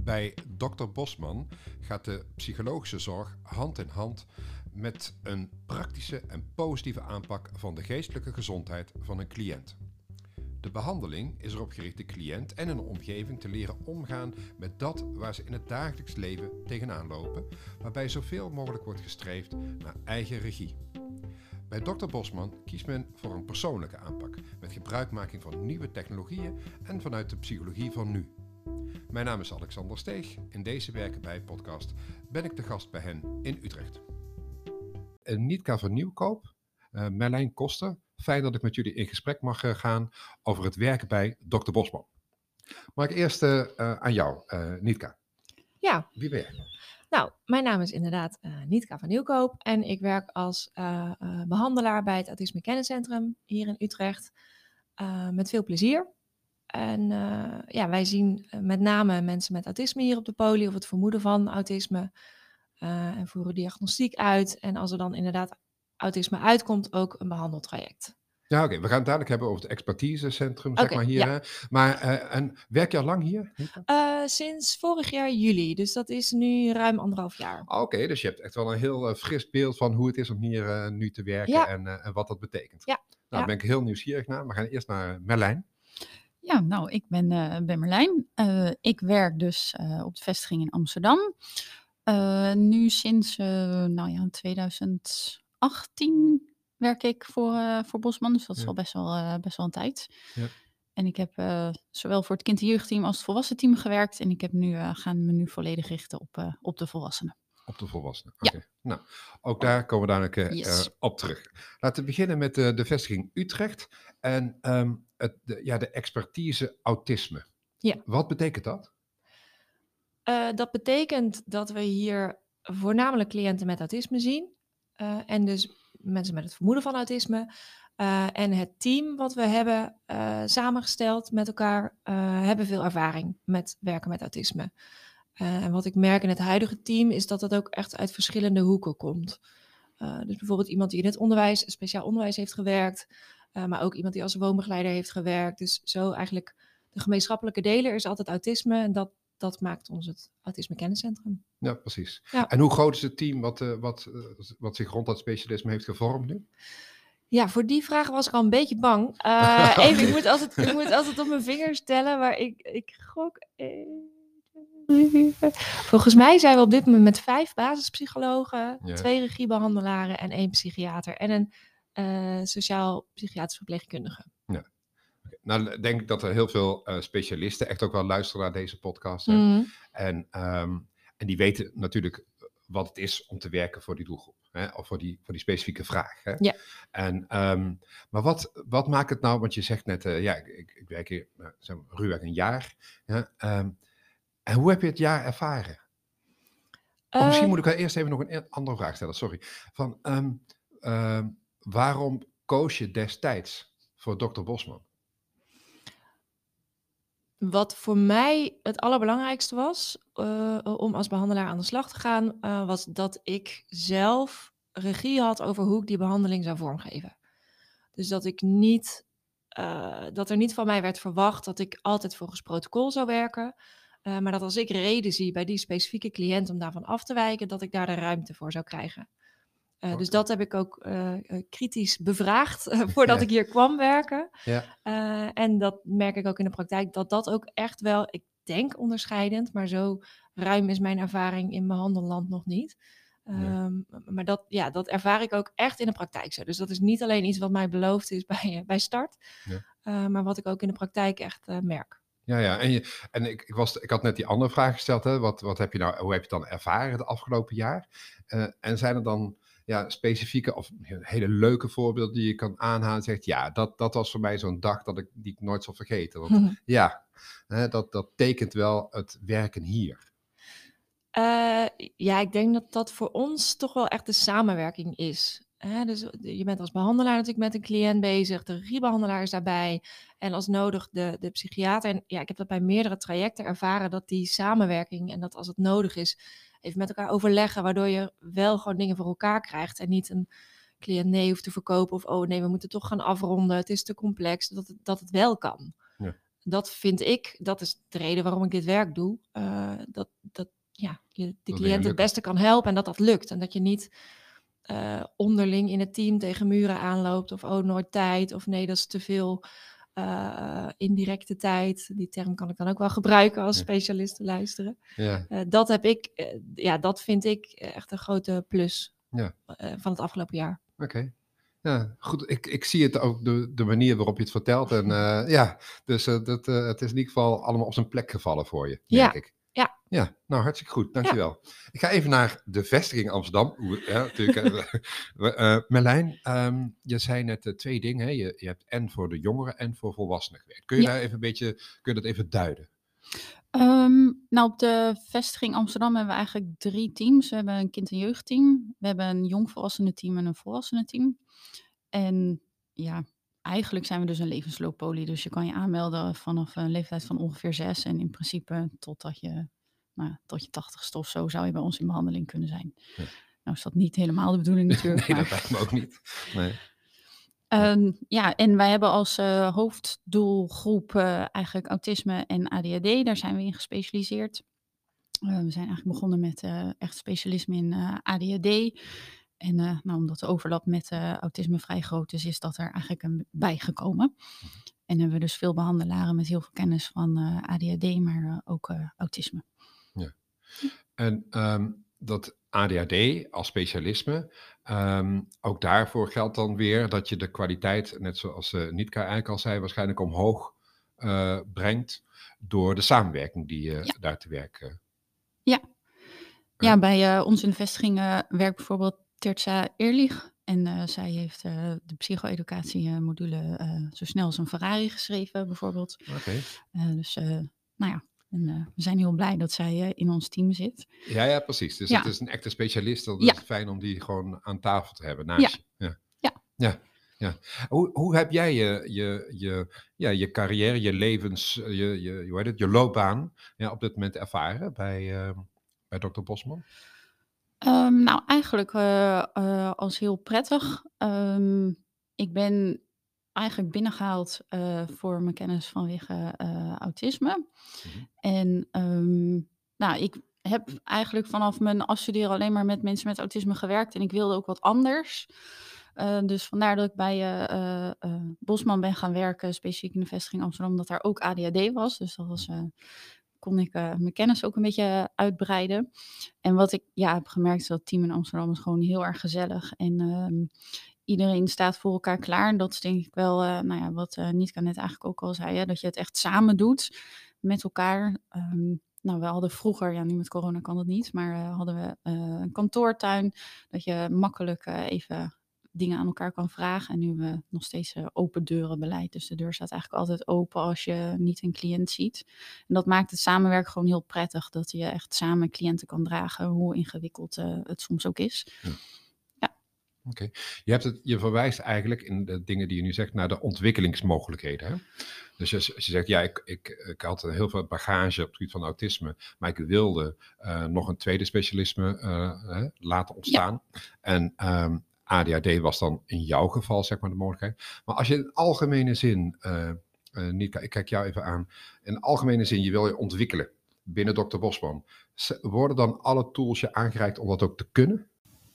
Bij Dr. Bosman gaat de psychologische zorg hand in hand met een praktische en positieve aanpak van de geestelijke gezondheid van een cliënt. De behandeling is erop gericht de cliënt en hun omgeving te leren omgaan met dat waar ze in het dagelijks leven tegenaan lopen, waarbij zoveel mogelijk wordt gestreefd naar eigen regie. Bij Dr. Bosman kiest men voor een persoonlijke aanpak, met gebruikmaking van nieuwe technologieën en vanuit de psychologie van nu. Mijn naam is Alexander Steeg. In deze Werken bij podcast ben ik te gast bij hen in Utrecht. Nietka van Nieuwkoop, Merlijn Koster, fijn dat ik met jullie in gesprek mag gaan over het werken bij Dr. Bosman. Maar ik eerst aan jou, Nietka. Ja. Wie ben jij? Nou, mijn naam is inderdaad Nietka van Nieuwkoop en ik werk als behandelaar bij het Autisme Kenniscentrum hier in Utrecht met veel plezier. En wij zien met name mensen met autisme hier op de poli of het vermoeden van autisme en voeren diagnostiek uit. En als er dan inderdaad autisme uitkomt, ook een behandeltraject. Ja, oké. We gaan het dadelijk hebben over het expertisecentrum, zeg maar hier. Ja. Hè? Maar en werk je al lang hier? Sinds vorig jaar juli, dus dat is nu ruim 1,5 jaar. Oké, dus je hebt echt wel een heel fris beeld van hoe het is om hier nu te werken en wat dat betekent. Ja. Nou, daar ben ik heel nieuwsgierig naar. We gaan eerst naar Merlijn. Ja, nou, ik ben Merlijn. Ik werk dus op de vestiging in Amsterdam. Nu sinds 2018 werk ik voor Bosman, dus dat is al best wel een tijd. Ja. En ik heb zowel voor het kind- en jeugdteam als het volwassen team gewerkt. En ik heb gaan me nu volledig richten op de volwassenen. Op de volwassenen, oké. Ja. Nou, ook daar komen we dadelijk op terug. Laten we beginnen met de vestiging Utrecht en de expertise autisme. Ja. Wat betekent dat? Dat betekent dat we hier voornamelijk cliënten met autisme zien. En dus mensen met het vermoeden van autisme. En het team wat we hebben samengesteld met elkaar hebben veel ervaring met werken met autisme. En wat ik merk in het huidige team is dat dat ook echt uit verschillende hoeken komt. Dus bijvoorbeeld iemand die in het onderwijs, speciaal onderwijs heeft gewerkt. Maar ook iemand die als woonbegeleider heeft gewerkt. Dus zo eigenlijk de gemeenschappelijke deler is altijd autisme. En dat maakt ons het Autisme Kenniscentrum. Ja, precies. Ja. En hoe groot is het team wat zich rond dat specialisme heeft gevormd nu? Ja, voor die vraag was ik al een beetje bang. Even, ik moet altijd op mijn vingers tellen, maar ik gok... Volgens mij zijn we op dit moment met 5 basispsychologen, 2 regiebehandelaren en 1 psychiater en een sociaal-psychiatrisch verpleegkundige. Ja. Okay. Nou, denk ik dat er heel veel specialisten echt ook wel luisteren naar deze podcast. Mm-hmm. En die weten natuurlijk wat het is om te werken voor die doelgroep. Hè? Of voor die specifieke vraag. Hè? Ja. En, maar wat maakt het nou, want je zegt net, ik werk hier ruwweg een jaar. Ja? En hoe heb je het jaar ervaren? Of misschien moet ik wel eerst even nog een andere vraag stellen, sorry. Waarom koos je destijds voor Dr. Bosman? Wat voor mij het allerbelangrijkste was om als behandelaar aan de slag te gaan, was dat ik zelf regie had over hoe ik die behandeling zou vormgeven. Dus dat er niet van mij werd verwacht dat ik altijd volgens protocol zou werken. Maar dat als ik reden zie bij die specifieke cliënt om daarvan af te wijken, dat ik daar de ruimte voor zou krijgen. Okay. Dus dat heb ik ook kritisch bevraagd voordat ik hier kwam werken. Ja. En dat merk ik ook in de praktijk, dat ook echt wel, ik denk onderscheidend, maar zo ruim is mijn ervaring in behandelland nog niet. Maar dat ervaar ik ook echt in de praktijk zo. Dus dat is niet alleen iets wat mij beloofd is bij start, maar wat ik ook in de praktijk echt merk. Ja, en ik had net die andere vraag gesteld. Hè? Hoe heb je het dan ervaren het afgelopen jaar? En zijn er dan specifieke of hele leuke voorbeelden die je kan aanhalen? Zegt, dat was voor mij zo'n dag die ik nooit zal vergeten. Want dat tekent wel het werken hier. Ik denk dat voor ons toch wel echt de samenwerking is. Dus je bent als behandelaar natuurlijk met een cliënt bezig, de regiebehandelaar is daarbij en als nodig de psychiater. En ik heb dat bij meerdere trajecten ervaren, dat die samenwerking en dat als het nodig is, even met elkaar overleggen, waardoor je wel gewoon dingen voor elkaar krijgt en niet een cliënt nee hoeft te verkopen of oh nee, we moeten toch gaan afronden, het is te complex, dat het wel kan. Ja. dat vind ik, dat is de reden waarom ik dit werk doe. Dat je de cliënt het beste kan helpen en dat lukt. En dat je niet onderling in het team tegen muren aanloopt. Of nooit tijd. Of nee, dat is te veel indirecte tijd. Die term kan ik dan ook wel gebruiken als specialisten luisteren. Ja. Dat vind ik echt een grote plus van het afgelopen jaar. Oké. Ja, goed. Ik zie het ook, de manier waarop je het vertelt. En dus het is in ieder geval allemaal op zijn plek gevallen voor je, denk ik. Ja, nou hartstikke goed. Dankjewel. Ja. Ik ga even naar de vestiging Amsterdam. Merlijn, je zei net 2 dingen. Hè? Je hebt en voor de jongeren en voor volwassenen gewerkt. Kun je daar even kun je dat even duiden? Op de vestiging Amsterdam hebben we eigenlijk 3 teams. We hebben een kind- en jeugdteam. We hebben een jongvolwassenenteam en een volwassenenteam. En ja, eigenlijk zijn we dus een levenslooppolie. Dus je kan je aanmelden vanaf een leeftijd van ongeveer 6. En in principe tot je 80ste of zo zou je bij ons in behandeling kunnen zijn. Ja. Nou is dat niet helemaal de bedoeling natuurlijk. Nee, dat lijkt me ook niet. Nee. En wij hebben als hoofddoelgroep eigenlijk autisme en ADHD. Daar zijn we in gespecialiseerd. We zijn eigenlijk begonnen met echt specialisme in ADHD. En omdat de overlap met autisme vrij groot is dat er eigenlijk bijgekomen. En hebben we dus veel behandelaren met heel veel kennis van ADHD, maar ook autisme. Ja. En dat ADHD als specialisme, ook daarvoor geldt dan weer dat je de kwaliteit, net zoals Nietke eigenlijk al zei, waarschijnlijk omhoog brengt door de samenwerking die je daar te werk. Ja, bij ons in de vestiging werkt bijvoorbeeld Terza Ehrlich. En zij heeft de psycho-educatie-module zo snel als een Ferrari geschreven, bijvoorbeeld. Oké. En we zijn heel blij dat zij in ons team zit. Ja, precies. Dus het is een echte specialist. Dat is fijn om die gewoon aan tafel te hebben naast je. Ja. Hoe heb jij je carrière, je levens, je loopbaan op dit moment ervaren bij Dr. Bosman? Eigenlijk als heel prettig. Ik ben eigenlijk binnengehaald voor mijn kennis vanwege autisme. Mm-hmm. En ik heb eigenlijk vanaf mijn afstuderen alleen maar met mensen met autisme gewerkt. En ik wilde ook wat anders. Dus vandaar dat ik bij Bosman ben gaan werken, specifiek in de vestiging Amsterdam, omdat daar ook ADHD was. Dus dat was... kon ik mijn kennis ook een beetje uitbreiden. En wat ik heb gemerkt is dat het team in Amsterdam is gewoon heel erg gezellig. En iedereen staat voor elkaar klaar. En dat is denk ik wel wat Nietke net eigenlijk ook al zei. Hè, dat je het echt samen doet met elkaar. We hadden vroeger, nu met corona kan dat niet. Maar hadden we een kantoortuin. Dat je makkelijk even dingen aan elkaar kan vragen. En nu hebben we nog steeds open deurenbeleid. Dus de deur staat eigenlijk altijd open als je niet een cliënt ziet. En dat maakt het samenwerken gewoon heel prettig. Dat je echt samen cliënten kan dragen. Hoe ingewikkeld het soms ook is. Ja. Oké. Je verwijst eigenlijk in de dingen die je nu zegt naar de ontwikkelingsmogelijkheden. Hè? Dus als je zegt, ik had heel veel bagage op het gebied van autisme. Maar ik wilde nog een tweede specialisme laten ontstaan. Ja. En ADHD was dan in jouw geval, zeg maar, de mogelijkheid. Maar als je in algemene zin, Nietke, ik kijk jou even aan. In algemene zin, je wil je ontwikkelen binnen Dr. Bosman. Worden dan alle tools je aangereikt om dat ook te kunnen?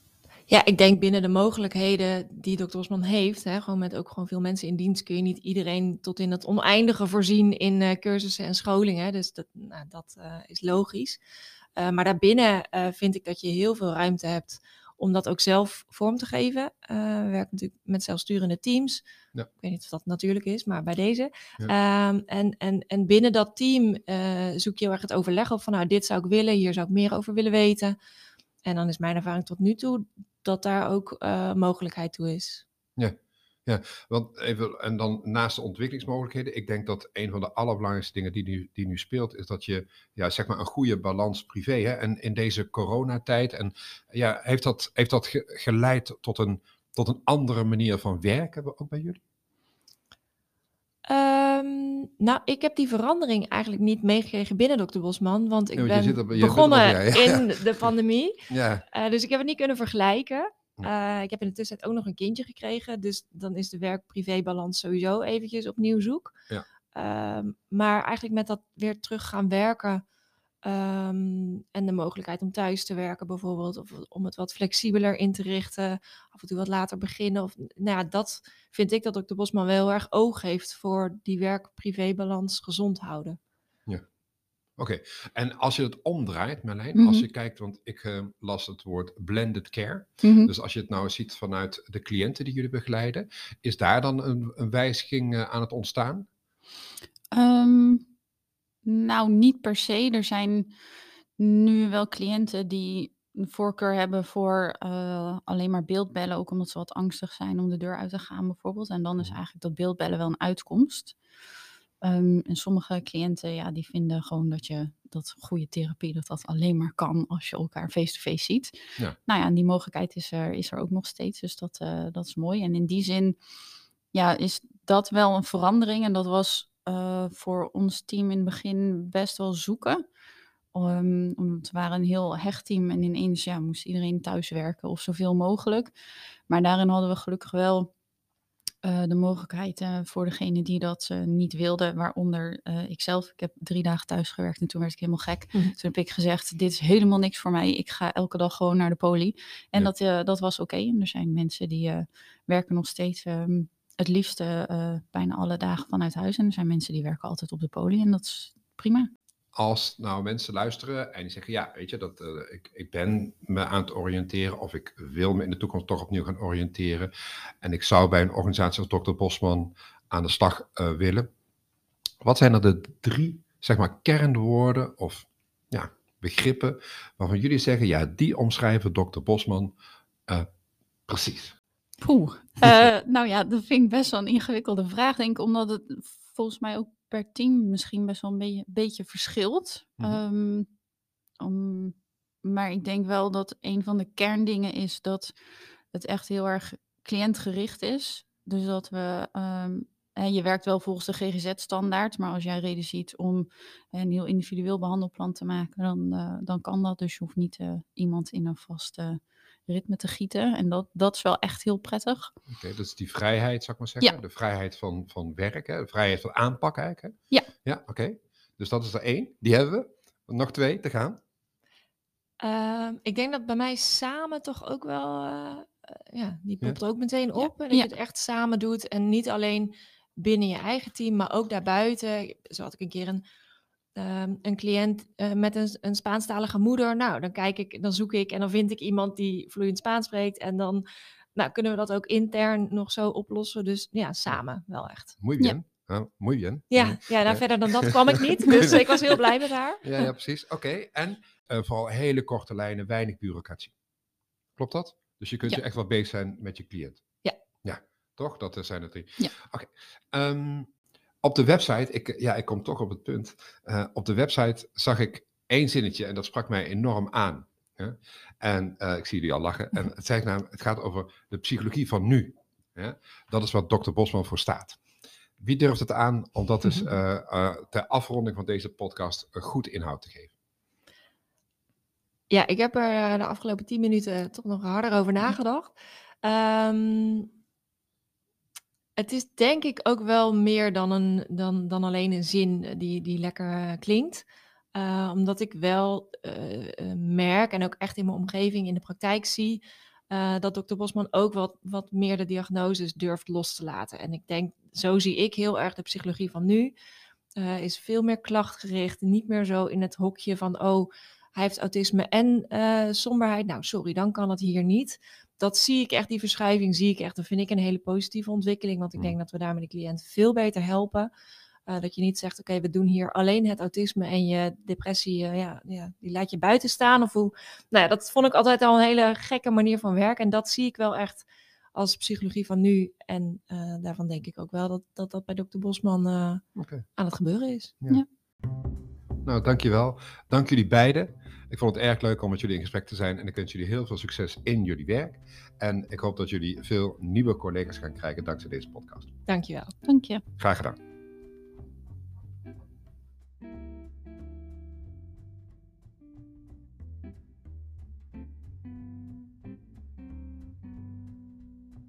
Ja, ik denk binnen de mogelijkheden die Dr. Bosman heeft, gewoon met ook gewoon veel mensen in dienst, kun je niet iedereen tot in het oneindige voorzien in cursussen en scholingen. Dus dat is logisch. Maar daarbinnen vind ik dat je heel veel ruimte hebt om dat ook zelf vorm te geven. We werken natuurlijk met zelfsturende teams. Ja. Ik weet niet of dat natuurlijk is, maar bij deze. Ja. En binnen dat team zoek je heel erg het overleg op van, dit zou ik willen, hier zou ik meer over willen weten. En dan is mijn ervaring tot nu toe dat daar ook mogelijkheid toe is. Ja, want even, en dan naast de ontwikkelingsmogelijkheden, ik denk dat een van de allerbelangrijkste dingen die nu speelt, is dat je, zeg maar, een goede balans privé, hè, en in deze coronatijd, en heeft dat geleid tot een andere manier van werken, ook bij jullie? Ik heb die verandering eigenlijk niet meegekregen binnen Dr. Bosman, want ik ben begonnen in de pandemie. Ja. Dus ik heb het niet kunnen vergelijken. Ik heb in de tussentijd ook nog een kindje gekregen, dus dan is de werk-privé-balans sowieso eventjes opnieuw zoek. Ja. Maar eigenlijk met dat weer terug gaan werken en de mogelijkheid om thuis te werken bijvoorbeeld, of om het wat flexibeler in te richten, af en toe wat later beginnen. Of, nou ja, dat vind ik dat Dr. Bosman wel heel erg oog heeft voor die werk-privé-balans gezond houden. Ja. Oké, en als je het omdraait, Marlijn, als je kijkt, want ik las het woord blended care. Dus als je het nou ziet vanuit de cliënten die jullie begeleiden, is daar dan een wijziging aan het ontstaan? Nou, niet per se. Er zijn nu wel cliënten die een voorkeur hebben voor alleen maar beeldbellen, ook omdat ze wat angstig zijn om de deur uit te gaan bijvoorbeeld. En dan is eigenlijk dat beeldbellen wel een uitkomst. En sommige cliënten, ja, die vinden gewoon dat goede therapie, dat alleen maar kan als je elkaar face-to-face ziet. Ja. Nou ja, en die mogelijkheid is er ook nog steeds, dus dat is mooi. En in die zin, ja, is dat wel een verandering. En dat was voor ons team in het begin best wel zoeken. Omdat we waren een heel hecht team en ineens moest iedereen thuis werken of zoveel mogelijk. Maar daarin hadden we gelukkig wel de mogelijkheid voor degene die dat niet wilde, waaronder ikzelf. Ik heb 3 dagen thuis gewerkt en toen werd ik helemaal gek. Toen heb ik gezegd, dit is helemaal niks voor mij. Ik ga elke dag gewoon naar de poli. En dat was oké. En er zijn mensen die werken nog steeds het liefste bijna alle dagen vanuit huis. En er zijn mensen die werken altijd op de poli en dat is prima. Als nou mensen luisteren en die zeggen, ja, weet je, ik ben me aan het oriënteren of ik wil me in de toekomst toch opnieuw gaan oriënteren en ik zou bij een organisatie als Dr. Bosman aan de slag willen. Wat zijn er de 3, zeg maar, kernwoorden of begrippen waarvan jullie zeggen, ja, die omschrijven Dr. Bosman precies? Nou ja, dat vind ik best wel een ingewikkelde vraag, denk ik, omdat het volgens mij ook per team misschien best wel een beetje verschilt. Maar ik denk wel dat een van de kerndingen is dat het echt heel erg cliëntgericht is. Dus dat we, je werkt wel volgens de GGZ-standaard, maar als jij reden ziet om een heel individueel behandelplan te maken, dan kan dat. Dus je hoeft niet iemand in een vaste ritme te gieten. En dat is wel echt heel prettig. Oké, dat is die vrijheid, zou ik maar zeggen. Ja. De vrijheid van werken, de vrijheid van aanpak eigenlijk. Hè? Ja. Ja, oké. Dus dat is er 1. Die hebben we. Nog 2 te gaan. Ik denk dat bij mij samen toch ook wel, die popt ook meteen op. En dat je het echt samen doet en niet alleen binnen je eigen team, maar ook daarbuiten. Zo had ik een keer een cliënt met een Spaanstalige moeder. Nou, dan zoek ik en dan vind ik iemand die vloeiend Spaans spreekt. En dan kunnen we dat ook intern nog zo oplossen. Dus ja, samen wel echt. Muy bien. Muy bien. Ja, verder dan dat kwam ik niet. Dus ik was heel blij met haar. Ja, precies. Oké. En vooral hele korte lijnen, weinig bureaucratie. Klopt dat? Dus je kunt je echt wel bezig zijn met je cliënt. Ja. Ja, toch? Dat zijn er 3. Ja. Oké. Op de website, ik kom toch op het punt. Op de website zag ik 1 zinnetje en dat sprak mij enorm aan. Ja? En ik zie jullie al lachen. En het gaat over de psychologie van nu. Ja? Dat is wat Dr. Bosman voor staat. Wie durft het aan om dat dus ter afronding van deze podcast een goed inhoud te geven? Ja, ik heb er de afgelopen 10 minuten toch nog harder over nagedacht. Het is denk ik ook wel meer dan alleen een zin die lekker klinkt. Omdat ik wel merk en ook echt in mijn omgeving in de praktijk zie dat Dr. Bosman ook wat meer de diagnoses durft los te laten. En ik denk, zo zie ik heel erg de psychologie van nu. Is veel meer klachtgericht, niet meer zo in het hokje van hij heeft autisme en somberheid. Nou, sorry, dan kan het hier niet. Dat zie ik echt, die verschuiving zie ik echt. Dat vind ik een hele positieve ontwikkeling, want ik denk dat we daarmee de cliënt veel beter helpen. Dat je niet zegt, oké, we doen hier alleen het autisme en je depressie, die laat je buiten staan. Of hoe. Nou ja, dat vond ik altijd al een hele gekke manier van werken. En dat zie ik wel echt als psychologie van nu. En daarvan denk ik ook wel dat bij Dr. Bosman aan het gebeuren is. Ja. Nou, dankjewel. Dank jullie beiden. Ik vond het erg leuk om met jullie in gesprek te zijn en ik wens jullie heel veel succes in jullie werk. En ik hoop dat jullie veel nieuwe collega's gaan krijgen dankzij deze podcast. Dankjewel. Dank je. Graag gedaan.